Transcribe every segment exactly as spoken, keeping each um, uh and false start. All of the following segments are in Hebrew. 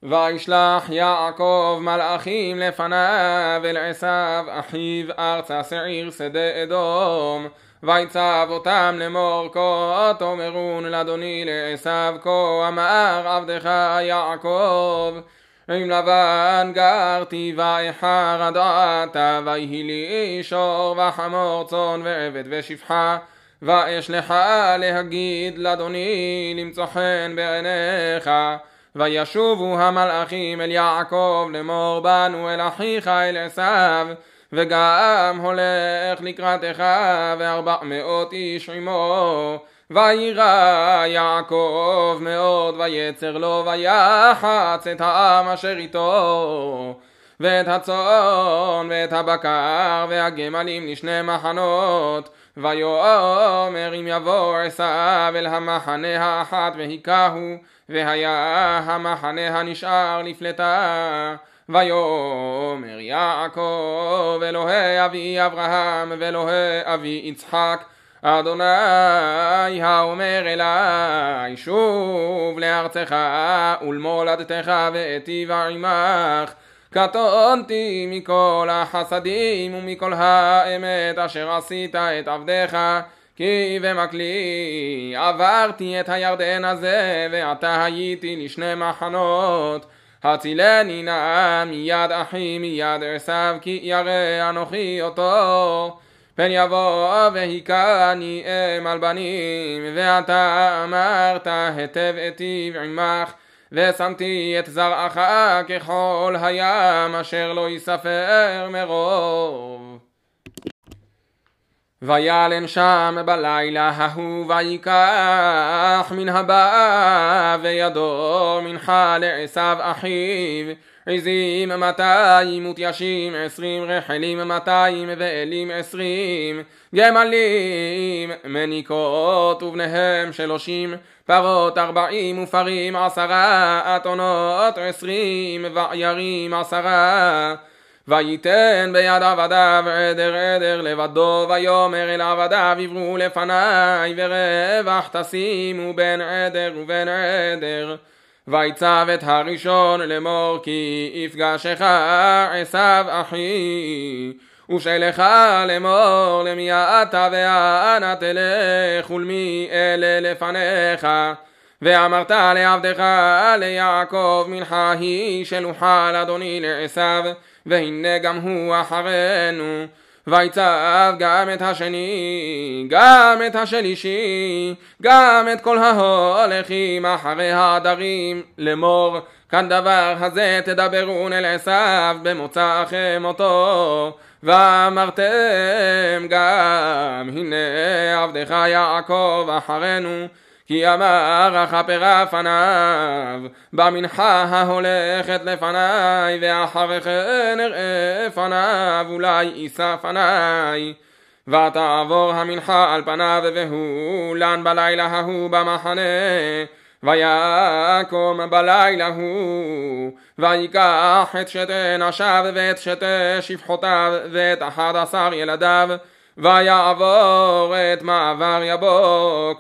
וישלח יעקב מלאכים לפניו אל עשיו אחיו ארצה שעיר שדה אדום, ויצב אותם לאמור כה תאמרון לאדוני לעשיו כה אמר עבדך יעקב עם לבן גרתי ואיחר עדתה ויהי לי שור וחמור צאן ועבד ושפחה ואשלחה להגיד לאדוני למצוא חן בעיניך. וישובו המלאכים אל יעקב לאמור באנו אל אחיך אל עשיו וגם הולך לקראתך וארבע מאות איש עמו. וירא יעקב מאוד ויצר לו ויחץ את העם אשר איתו ואת הצאן ואת הבקר והגמלים לשני מחנות. ויאמר אם יבוא עשיו אל המחנה האחת והיכהו והיה המחנה הנשאר לפלטה. ויאמר יעקב אלוהי אבי אברהם ואלוהי אבי יצחק אדוני האומר אלי שוב לארצך ולמולדתך ואיטיב עמך. קטונתי מכל החסדים ומכל האמת אשר עשית את עבדך כי במקלי עברתי את הירדן הזה ועתה הייתי לשני מחנות. הצילני נא מיד אחי מיד עשיו כי ירא אנוכי אותו פן יבוא והיכני אם על בנים. ואתה אמרת היטב איטיב עמך ושמתי את זרעך ככל הים אשר לא יספר מרוב. וילן שם בלילה ההוא ויקח מן הבא וידו מנחה לעשיו אחיו עזים מאתיים ותיישים עשרים רחלים מאתיים ואלים עשרים גמלים מניקות ובניהם שלושים פרות ארבעים ופרים עשרה אתונות עשרים ועיירים עשרה. ויתן ביד עבדיו עדר עדר לבדו ויאמר אל עבדיו עברו לפניי ורווח תשימו בין עדר ובין עדר. ויצב את הראשון לאמור כי יפגשך עשיו אחי ושלך לאמור למי אתה ואנה תלך ולמי אלה לפניך. ואמרת לעבדך ליעקב מנחה היא שלוחה לאדוני לעשיו והנה גם הוא אחרינו. ויצב גם את השני גם את השלישי גם את כל ההולכים אחרי העדרים לאמור כאן דבר הזה תדברון אל עשיו במוצאכם אותו. ואמרתם גם הנה עבדך יעקב אחרינו כי אמר אכפרה פניו במנחה ההולכת לפניי ואחרי כן אראה פניו אולי יישא פניי. ותעבור המנחה על פניו והוא לן בלילה ההוא במחנה. ויקום בלילה הוא ויקח את שתי נשיו ואת שתי שפחותיו ואת אחד עשר ילדיו ויעבור את מעבר יבוק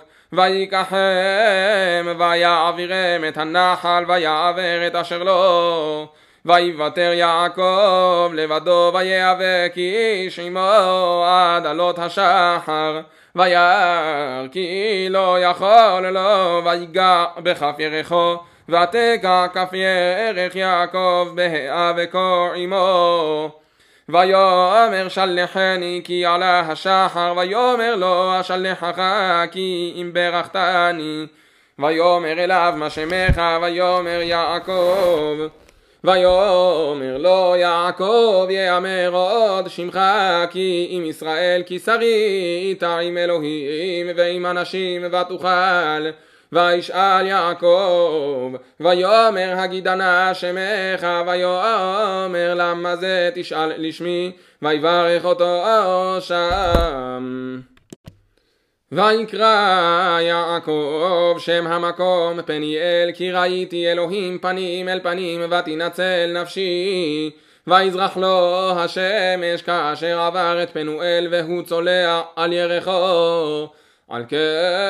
ויקחם ויעבירם את הנחל ויעבר את אשר לו. ויוותר יעקב לבדו ויאבק איש עמו עד עלות השחר וירא כי לא יכול לו ויגע בכף ירכו ותקע כף ירך יעקב בהיאבקו עמו. ויאמר שלחני כי עלה השחר ויאמר לו אשלחך כי אם ברכתני. ויאמר אליו מה שמך ויאמר יעקב. ויאמר לו יעקב יאמר עוד שמך כי אם ישראל כי שרית עם אלוהים ועם אנשים ותוכל. וישאל יעקב ויאמר הגידנה שמך ויאמר למה זה תשאל לשמי ויברך אותו שם. ויקרא יעקב שם המקום פניאל כי ראיתי אלוהים פנים אל פנים ותנצל נפשי. ויזרח לו השמש כאשר עבר את פנואל והוא צולע על ירחו על כן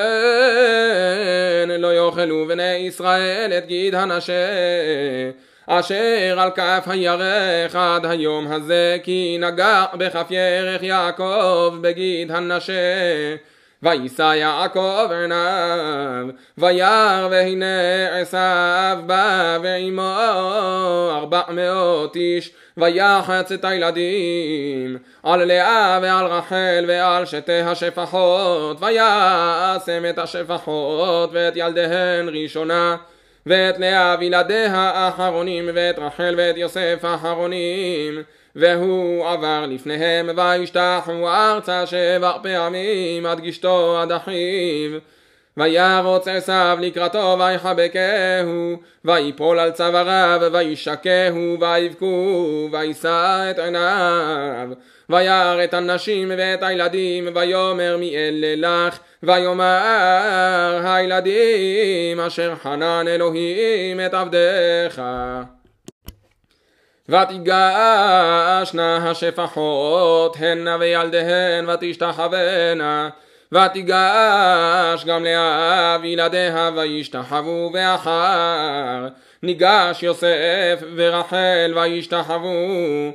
לא יאכלו בני ישראל את גיד הנשה אשר על כף הירך עד היום הזה, כי נגע בכף ירך יעקב בגיד הנשה. ויישא יעקב עיניו וירא והנה עשיו בא ועמו ארבע מאות איש, ויחץ את הילדים על לאה ועל רחל ועל שתי השפחות, וישם את השפחות ואת ילדיהן ראשונה, ואת לאה וילדיה האחרונים, ואת רחל ואת יוסף האחרונים, והוא עבר לפניהם וישתחו ארצה שבע פעמים עד גשתו עד אחיו. וירוץ עשיו לקראתו ויחבקהו, ויפול על צוואריו וישקהו ויבכו, וישא את עיניו וירא את הנשים ואת הילדים, ויאמר מי אלה לך, ויאמר הילדים אשר חנן אלוהים את עבדך. ותיגשנה השפחות הנה וילדיהן ותשתחוונה, ותיגש גם לאה וילדיה וישתחוו, ואחר ניגש יוסף ורחל וישתחוו.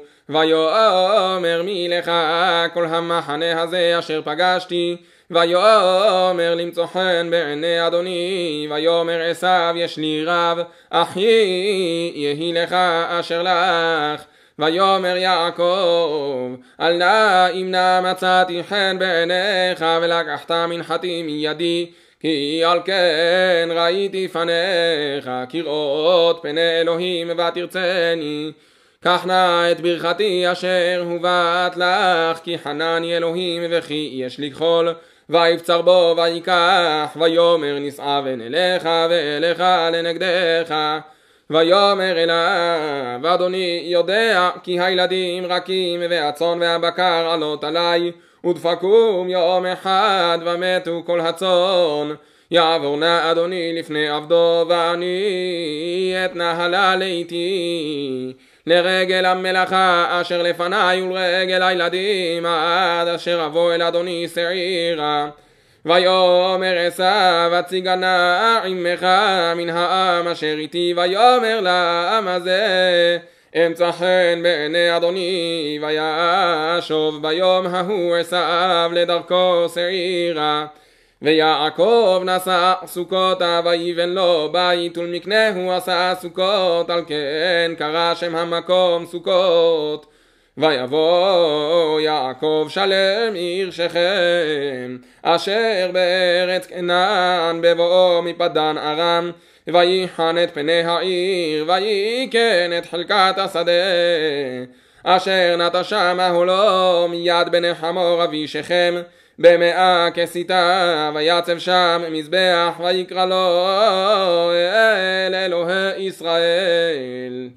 ויאמר מי לך כל המחנה הזה אשר פגשתי, ויאמר למצוא חן בעיני אדוני. ויאמר עשיו יש לי רב, אחי יהי לך אשר לך. ויאמר יעקב אל נא אם נא מצאתי חן בעיניך ולקחת מנחתי מידי, כי על כן ראיתי פניך כראות פני אלוהים ותרצני. קח נא את ברכתי אשר הובאת לך, כי חנני אלוהים וכי יש לי כחול. ויבצר בו ויקח, ויאמר נסעה ונלך ואליך לנגדך. ויאמר אליו אדוני יודע כי הילדים רכים והצאן והבקר עלות עלי, ודפקום יום אחד ומתו כל הצאן. יעבור נא אדוני לפני עבדו ואני אתנהלה לאיתי לרגל המלאכה אשר לפניי ולרגל הילדים עד אשר אבוא אל אדוני שעירה. ויאמר עשיו הציגה נא עמך מן העם אשר איתי. ויאמר לעם הזה אמצא חן בעיני אדוני. וישוב ביום ההוא עשיו לדרכו שעירה. ויעקב נשא סוכותה ויבן לו בית ולמקנהו עשה סוכות, על כן קרא שם המקום סוכות. ויבוא יעקב שלם עיר שכם אשר בארץ כנען בבואו מפדן ארם, ויחן את פני העיר ויקן את חלקת השדה אשר נטשה מהולו מיד בני חמור אבי שכם במאה כסיתה. ויצב שם מזבח ויקרא לו אל אלוהי ישראל.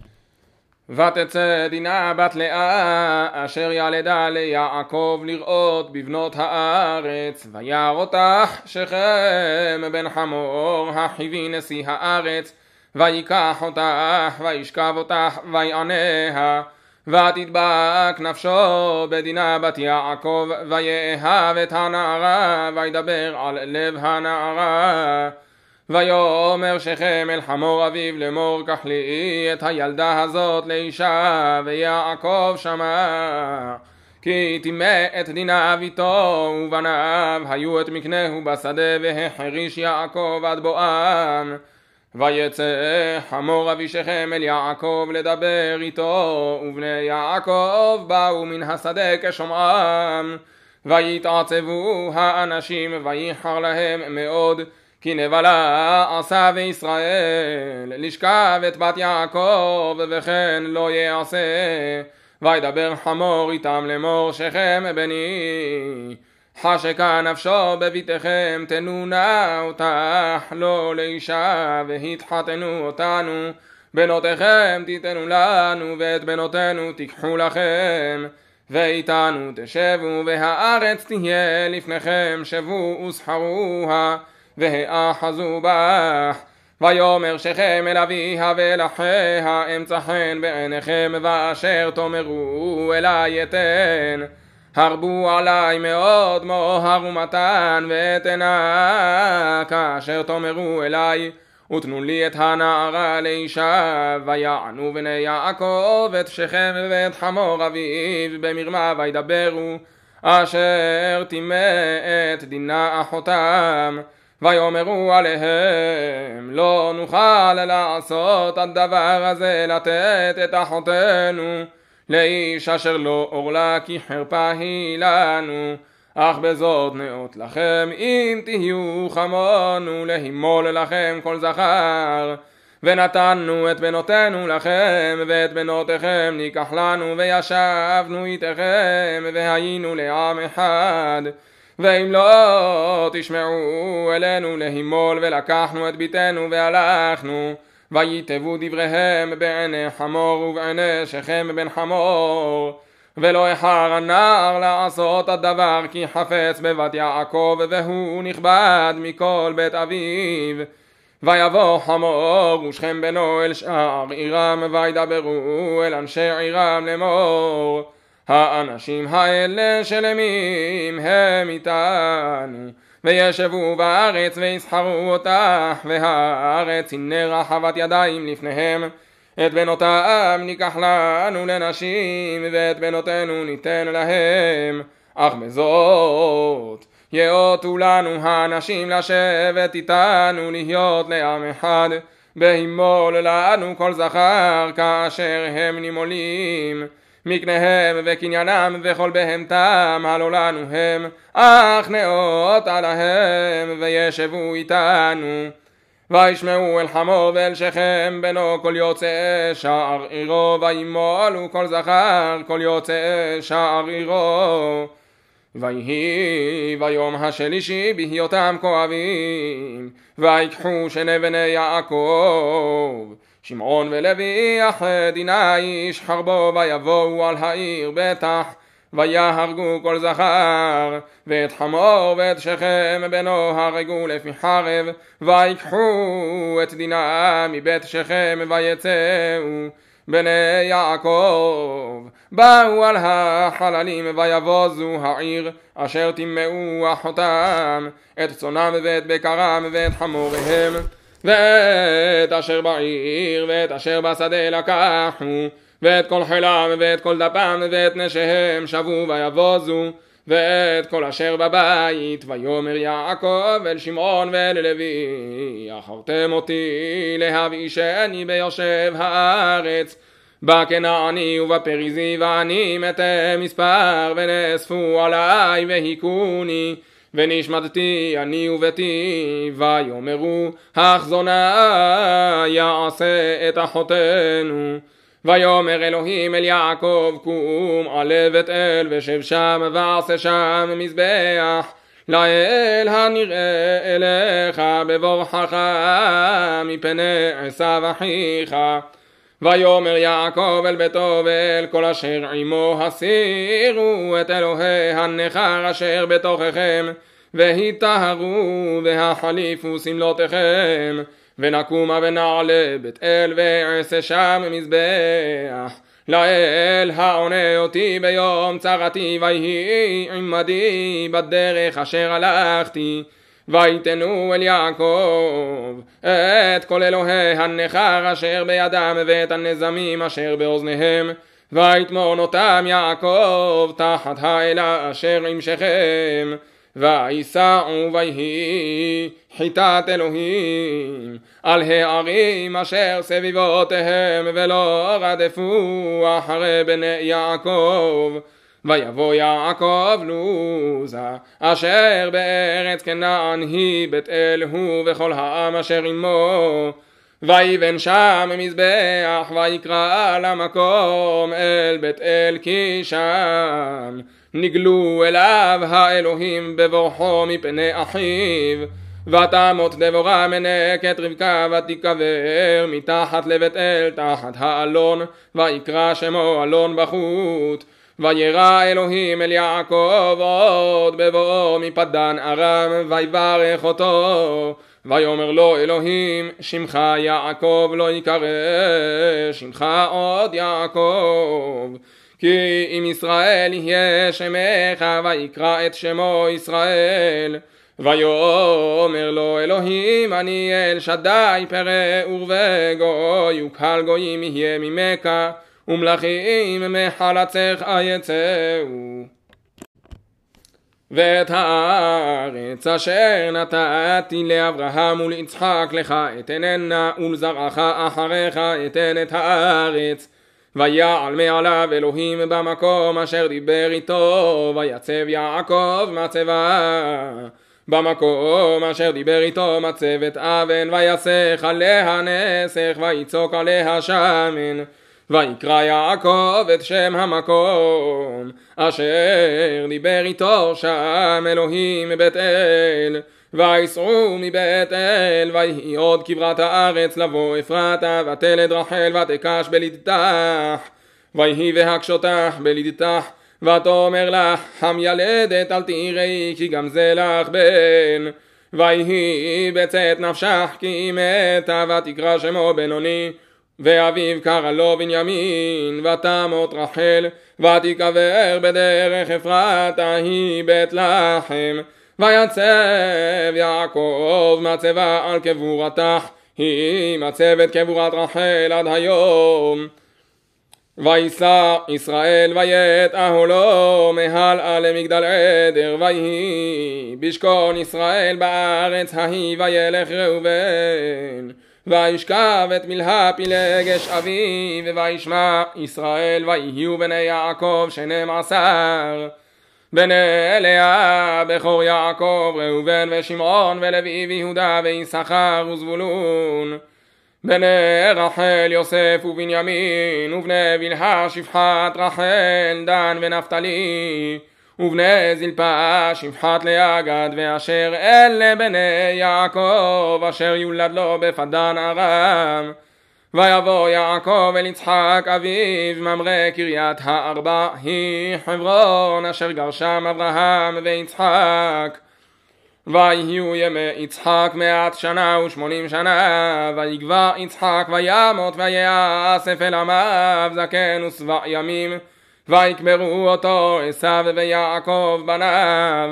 ותצא דינה בת לאה אשר ילדה ליעקב לראות בבנות הארץ. וירא אותך שכם בן חמור החיבי נשיא הארץ, ויקח אותך וישכב אותך ויעניה. ותדבק נפשו בדינה בת יעקב, ויאהב את הנערה וידבר על לב הנערה. ויאמר שכם אל חמור אביו לאמור קח לי את הילדה הזאת לאישה. ויעקב שמע כי טימא את דינה ביתו ובניו היו את מקנהו בשדה, והחריש יעקב עד בואם. ויצא חמור אבי שכם אל יעקב לדבר איתו, ובני יעקב באו מן השדה כשומעם. ויתעצבו האנשים וייחר להם מאוד, כי נבלה עשה בישראל לשכב את בת יעקב, וכן לא יעשה. וידבר חמור איתם לאמור שכם בני חשקה נפשו בביתכם, תנו נא אותך לא לאישה והתחתנו אותנו. בנותיכם תיתנו לנו ואת בנותינו תיקחו לכם, ואיתנו תשבו והארץ תהיה לפניכם, שבו וסחרוה והאחזו בך. ויאמר שכם אל אביה ואל אחיה אמצא חן בעיניכם, ואשר תאמרו אלי אתן. הרבו עלי מאוד מוהר ומתן ותנה כאשר תאמרו אלי ותנו לי את הנערה לאישה ויענו בני יעקב את שכם ואת חמור אביו במרמה וידברו אשר טימא את דינה אחותם ויאמרו עליהם לא נוכל לעשות הדבר הזה לתת את אחותנו לאיש אשר לא אורלה כי חרפה היא לנו אך בזאת נאות לכם אם תהיו חמונו להימול לכם כל זכר ונתנו את בנותינו לכם ואת בנותיכם ניקח לנו וישבנו איתכם והיינו לעם אחד ואם לא תשמעו אלינו להימול ולקחנו את ביתנו והלכנו ויתבו דבריהם בעיני חמור ובעיני שכם בן חמור ולא איחר הנער לעשות הדבר כי חפץ בבת יעקב והוא נכבד מכל בית אביו ויבוא חמור ושכם בנו אל שאר עירם וידברו אל אנשי עירם לאמור האנשים האלה שלמים הם איתנו וישבו בארץ ויסחרו אותה והארץ הנה רחבת ידיים לפניהם את בנותם ניקח לנו לנשים ואת בנותינו ניתן להם אך בזאת יאותו לנו הנשים לשבת איתנו להיות לעם אחד בהימול לנו כל זכר כאשר הם נימולים מקניהם וקניינם וכל בהמתם הלא לנו הם אך נאות עליהם וישבו איתנו וישמעו אל חמור ואל שכם בנו כל יוצא שער עירו וימולו כל זכר כל יוצא שער עירו ויהי ביום השלישי בהיותם כואבים ויקחו שני בני יעקב שמעון ולוי יחד דינה איש חרבו ויבואו על העיר בטח ויהרגו כל זכר ואת חמור ואת שכם בנו הרגו לפי חרב ויקחו את דינה מבית שכם ויצאו בני יעקב באו על החללים ויבוזו העיר אשר טימאו אחותם את צונם ואת בקרם ואת חמוריהם ואת אשר בעיר ואת אשר בשדה לקחו ואת כל חילם ואת כל דפם ואת נשיהם שבו ויבוזו ואת כל אשר בבית ויאמר יעקב אל שמעון ואל לוי אחרתם אותי להבאישני ביושב הארץ בכנעני ובפריזי ואני מתי מספר ונאספו עלי והיכוני ונשמדתי אני וביתי ויאמרו החזונה יעשה את אחותנו ויאמר אלוהים אל יעקב קום עלה בית אל ושב שם ועשה שם מזבח לאל הנראה אליך בבורחך מפני עשיו אחיך ויאמר יעקב אל ביתו ואל כל אשר עמו הסירו את אלוהי הנכר אשר בתוככם והיטהרו והחליפו סמלותיכם ונקומה ונעלה בית אל ועשה שם מזבח לאל העונה אותי ביום צרתי ויהי עמדי בדרך אשר הלכתי ויתנו אל יעקב את כל אלוהי הנכר אשר בידם ואת הנזמים אשר באוזניהם ויתמון אותם יעקב תחת האלה אשר עם שכם ויסעו ויהי חיטת אלוהים על הערים אשר סביבותיהם ולא רדפו אחרי בני יעקב ויבוא יעקב לוזה אשר בארץ כנען היא בית אל הוא וכל העם אשר עמו ויבן שם מזבח ויקרא למקום אל בית אל כי שם נגלו אליו האלוהים בבורחו מפני אחיו ותמות דבורה מנקת רבקה ותיקבר מתחת לבית אל תחת האלון ויקרא שמו אלון בחוט וירא אלוהים אל יעקב עוד בבואו מפדן ארם ויברך אותו ויאמר לו אלוהים שמך יעקב לא יקרא שמך עוד יעקב כי אם ישראל יהיה שמך ויקרא את שמו ישראל ויאמר לו אלוהים אני אל שדי פרא ורבה גוי וקהל גויים יהיה ממך ומלכים מחלצך יצאו ואת הארץ אשר נתתי לאברהם וליצחק לך אתננה ולזרעך אחריך אתן את הארץ ויעל מעליו אלוהים במקום אשר דיבר איתו ויצב יעקב מצבה במקום אשר דיבר איתו מצבת אבן ויסך עליה נסך ויצוק עליה שמן ויקרא יעקב את שם המקום אשר דיבר איתו שם אלוהים בית אל ויסעו מבית אל ויהי עוד כברת הארץ לבוא אפרתה ותלד רחל ותקש בלידתך ויהי והקשותך בלידתך ותאמר לך המילדת אל תיראי כי גם זה לך בן ויהי בצאת נפשך כי מתה ותקרא שמו בינוני ואביו קרא לו בנימין ותמות רחל ותיקבר בדרך אפרתה היא בית לחם ויצב יעקב מצבה על קבורתך היא מצבת קבורת רחל עד היום ויסע ישראל ויית אהלו מהלאה למגדל עדר ויהי בשכון ישראל בארץ ההיא וילך ראובן וישכב את מלהה פילגש אביו וישמע ישראל ויהיו בני יעקב שנים עשר בני לאה בכור יעקב ראובן ושמעון ולוי ויהודה ויששכר וזבולון בני רחל יוסף ובנימין ובני בלהה שפחת רחל דן ונפתלי ובני זלפה שפחת לאה גד ואשר אלה בני יעקב אשר יולד לו בפדן ארם ויבוא יעקב אל יצחק אביו ממרא קריית הארבע היא חברון אשר גר שם אברהם ויצחק ויהיו ימי יצחק מאת שנה ושמונים שנה ויגבע יצחק וימות ויאסף אל עמיו זקן ושבע ימים ויקברו אותו עשיו ויעקב בניו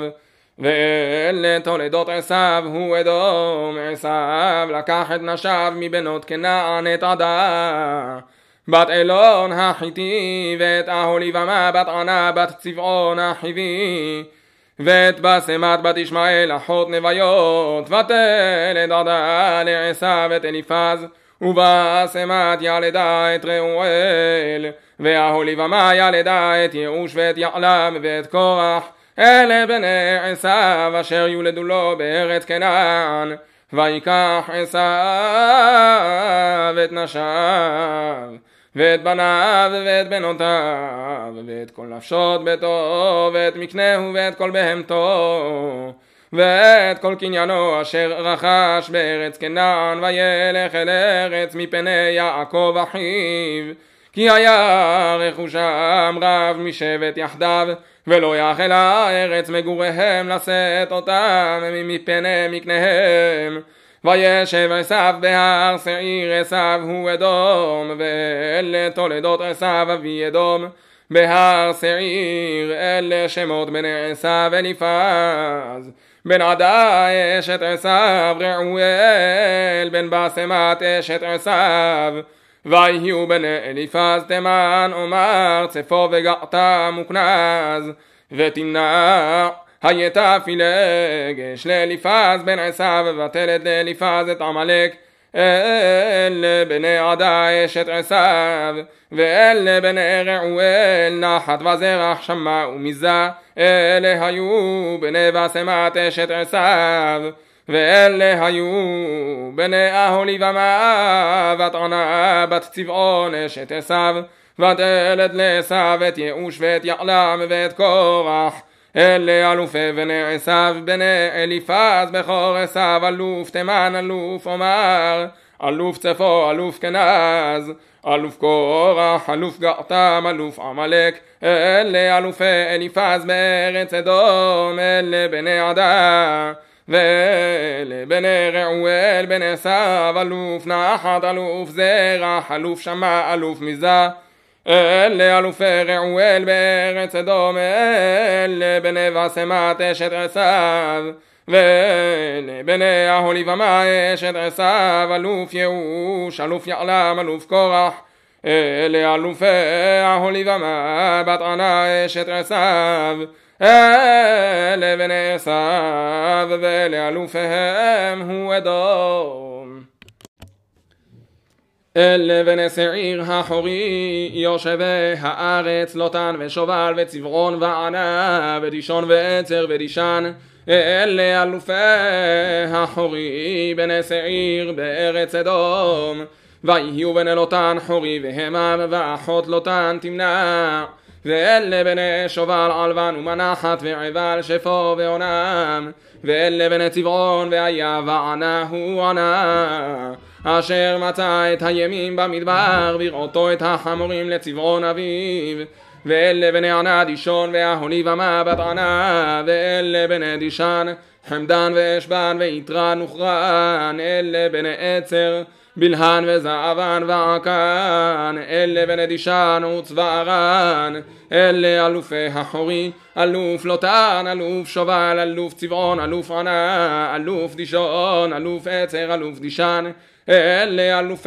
ואלה תולדות עשיו הוא אדום עשיו לקח את נשיו מבנות כנען את עדה בת אלון החיתי ואת אהוליבמה בת ענה בת צבעון החיבי ואת בסמת בת ישמעאל אחות נביות ותלד עדה לעשיו את אליפז ובסמת ילדה את רעואל ואהוליבמה ילדה את יאוש ואת יעלם ואת קורח אלה בני עשיו אשר יולדו לו בארץ כנען ויקח עשיו את נשיו ואת בניו ואת בנותיו ואת כל נפשות ביתו ואת מקנהו ואת כל בהמתו ואת כל קניינו אשר רכש בארץ כנען וילך אל ארץ מפני יעקב אחיו כי היה רכושם רב משבט יחדיו ולא יחל הארץ מגוריהם לשאת אותם מפני מקניהם וישב עשיו בהר שעיר עשיו הוא אדום ואלה תולדות עשיו אבי אדום בהר שעיר אלה שמות בני עשיו אליפז בן עדה אשת עשיו רעואל בן בסמת אשת עשיו ויהיו בני אליפז תימן עומר צפו וגעתה מוקנז ותמנע הייתה פילגש לאליפז בן עשיו ותלד לאליפז את עמלק אלה בני עדה אשת עשיו ואלה בני רעואל נחת וזרח שמע ומזה אלה היו בני בסמת אשת עשיו ואלה היו בני אהוליבמה בת ענה בת צבעון אשת עשיו ותלד לעשיו את יאוש ואת יעלם ואת קורח אלה אלופי בני עשיו בני אליפז בכור עשיו אלוף תימן אלוף עומר אלוף צפו אלוף כנז אלוף קורח אלוף געתם אלוף עמלק אלה אלופי אליפז בארץ אדום אלה בני עדה ואלה בני רעואל בני עשיו אלוף נחת אלוף זרח אלוף שמע אלוף מזה אלה אלופי רעואל בארץ אדום, אלה בני בסמת אשת עשיו, ואלה בני אהוליבמה אשת עשיו, אלוף יאוש, אלוף יעלם, אלוף קורח. אלה אלופי אהוליבמה בת ענה אשת עשיו, אלה בני עשיו, ואלה אלופיהם הוא אדום. אלה בני שעיר החורי יושבי הארץ, לוטן ושובל וצברון וענה ודישון ועצר ודישן. אלה אלופי החורי בני שעיר בארץ אדום, ויהיו בני לוטן חורי והמה, ואחות לוטן תמנע. ואלה בני שובל עלבן ומנחת ועבל שפו ועונם, ואלה בני צברון והיה וענה הוא ענה, אשר מצא את הימים במדבר בראותו את החמורים לצברון אביו. ואלה בני ענה דישון והאהוליבמה בת ענה, ואלה בני דישן חמדן ואשבן ויתרן וכרן. אלה בני עצר בלהן וזעבן ועקן, אלה בני דישן וצווארן. אלה אלופי החורי, אלוף לוטן, אלוף שובל, אלוף צברון, אלוף ענה, אלוף דישון, אלוף עצר, אלוף דישן. אלה אלופי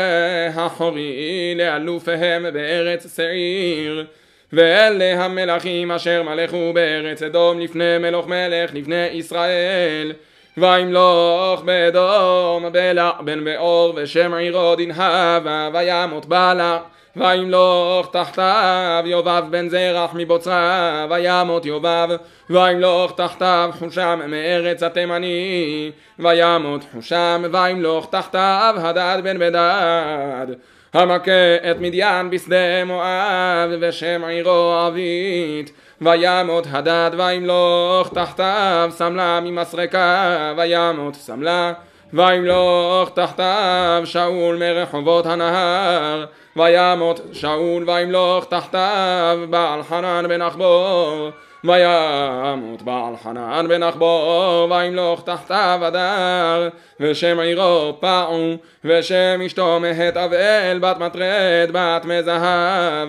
החורי לאלופיהם בארץ שעיר. ואלה המלכים אשר מלכו בארץ אדום לפני מלוך מלך לפני ישראל. וימלוך באדום בלע בן באור ושם עירו דנהבה, וימות בלע. וימלוך תחתיו יובב בן זרח מבוצרה, וימות יובב. וימלוך תחתיו חושם מארץ התימני, וימות חושם. וימלוך תחתיו הדד בן בדד המכה את מדיין בשדה מואב, ושם עירו אבית. וימות הדד. וימלוך תחתיו סמלה ממסרקה, וימות סמלה. וימלוך תחתיו שאול מרחובות הנהר, וימות שאול. וימלוך תחתיו בעל חנן בן אחבור, וימות בעל חנן בן אחבור. וימלוך תחתיו אדר ושם עירו פעו, ושם אשתו מהת אבל בת מטרד בת מזהב.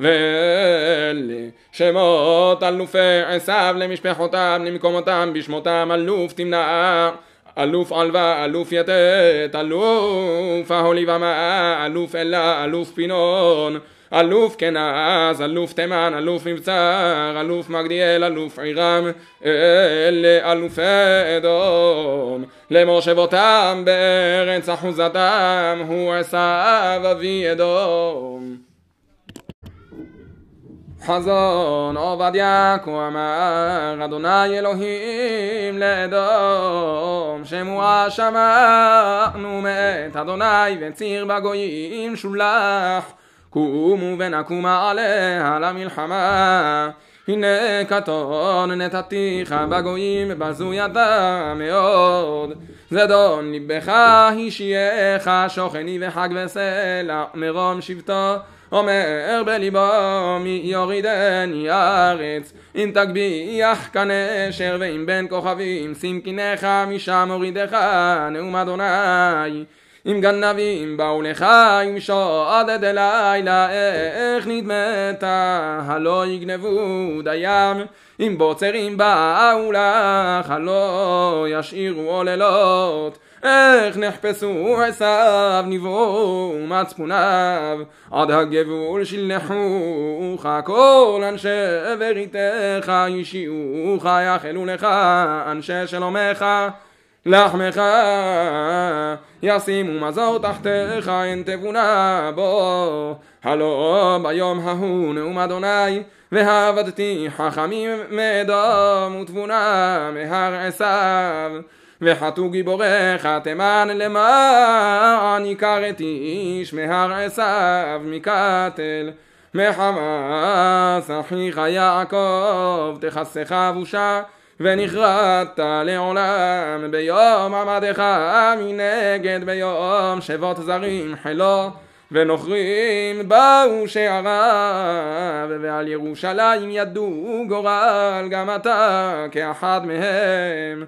ואלה שמות אלופי עשיו למשפחותם למקומותם בשמותם, אלוף תמנע, אלוף עלווה, אלוף יתת, אלוף אהוליבמה, אלוף אלה, אלוף פינון, אלוף כנז, אלוף תימן, אלוף מבצר, אלוף מגדיאל, אלוף עירם. אלה אלופי אדום למושבותם בארץ אחוזתם, הוא עשיו אבי אדום. חזון עובדיה כה אמר אדוני אלוהים לאדום, שמוע שמענו מאת אדוני וציר בגויים שולח, קומו ונקומה עליה למלחמה. הנה קטון נתתיך בגויים בזו ידה מאוד, זדון ליבך השייך שוכני וחג וסלע מרום שבטו. אומר בליבו מי יורידני ארץ, אם תגביח כנשר ואם בין כוכבים שים קינך משם הורידך נאום אדוני. אם גנבים באו לך אם שועדד לילה, איך נדמת הלא יגנבו דיים. אם בוצרים באו לך הלא ישאירו עוללות, איך נחפשו עשיו נבואו מצפוניו. עד הגבול שלחוך כל אנשי בריתך, ישיעוך יחלו לך אנשי שלומך. לחמך ישימו מזור תחתיך, אין תבונה בו. הלא ביום ההוא נאום אדוני, ועבדתי חכמים מאדום ותבונה מהר עשיו. וחטאו גיבוריך תימן למען הכרתי איש מהר עשיו מקטל. מחמס אחיך יעקב תכסך בושה, ונכרת לעולם ביום עמדך מנגד, ביום שבות זרים חילו ונוכרים באו שעריו. ועל ירושלים ידעו גורל גם אתה כאחד מהם,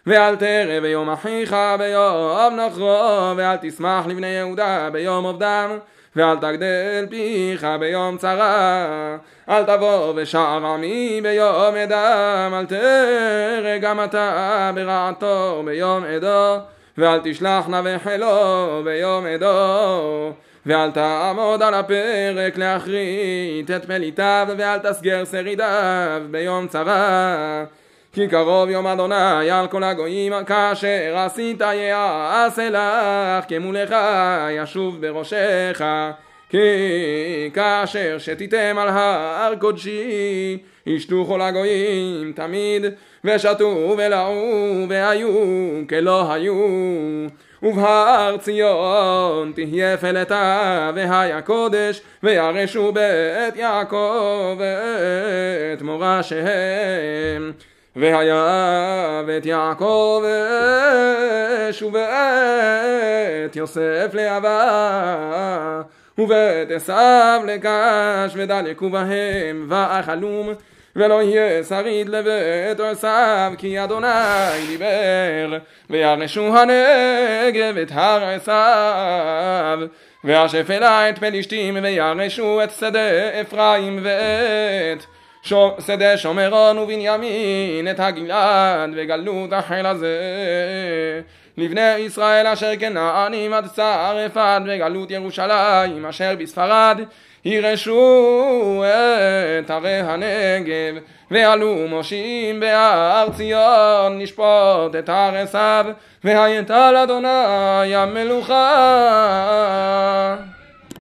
ואל תרא ביום אחיך ביום נחרו, ואל תשמח לבני יהודה ביום עובדם, ואל תגדל פיך ביום צרה, אל תבוא בשער עמי ביום אדם, אל תרא גם אתה ברעתו ביום עדו, ואל תשלח נא וחילו ביום עדו, ואל תעמוד על הפרק להכרית את פליטיו, ואל תסגר שרידיו ביום צרה, כי קרוב יום אדוני על כל הגויים, כאשר עשית יעשה לך, כמולך ישוב בראשך, כי כאשר שתיתם על הר קודשי, ישתו כל הגויים תמיד, ושתו ולעו והיו כלא היו, ובהר ציון תהיה פלטה והיה קודש, וירשו בית יעקב את מורשהם, והיה בית יעקב אש ובית יוסף לאהבה, ובית עשיו לקש ודלקו בהם ואכלום, ולא יהיה שריד לבית עשיו, כי אדוני דיבר. וירשו הנגב את הר עשיו, והשפלה את פלישתים, וירשו את שדה אפרים ואת שדה שומרון ובנימין, את הגלעד וגלות החיל הזה לבני ישראל אשר כנענים עד צרפת, וגלות ירושלים אשר בספרד, ירשו את ערי הנגב, ועלו מושיעים בהר ציון, נשפוט את הר עשיו, והייתה לאדוני המלוכה.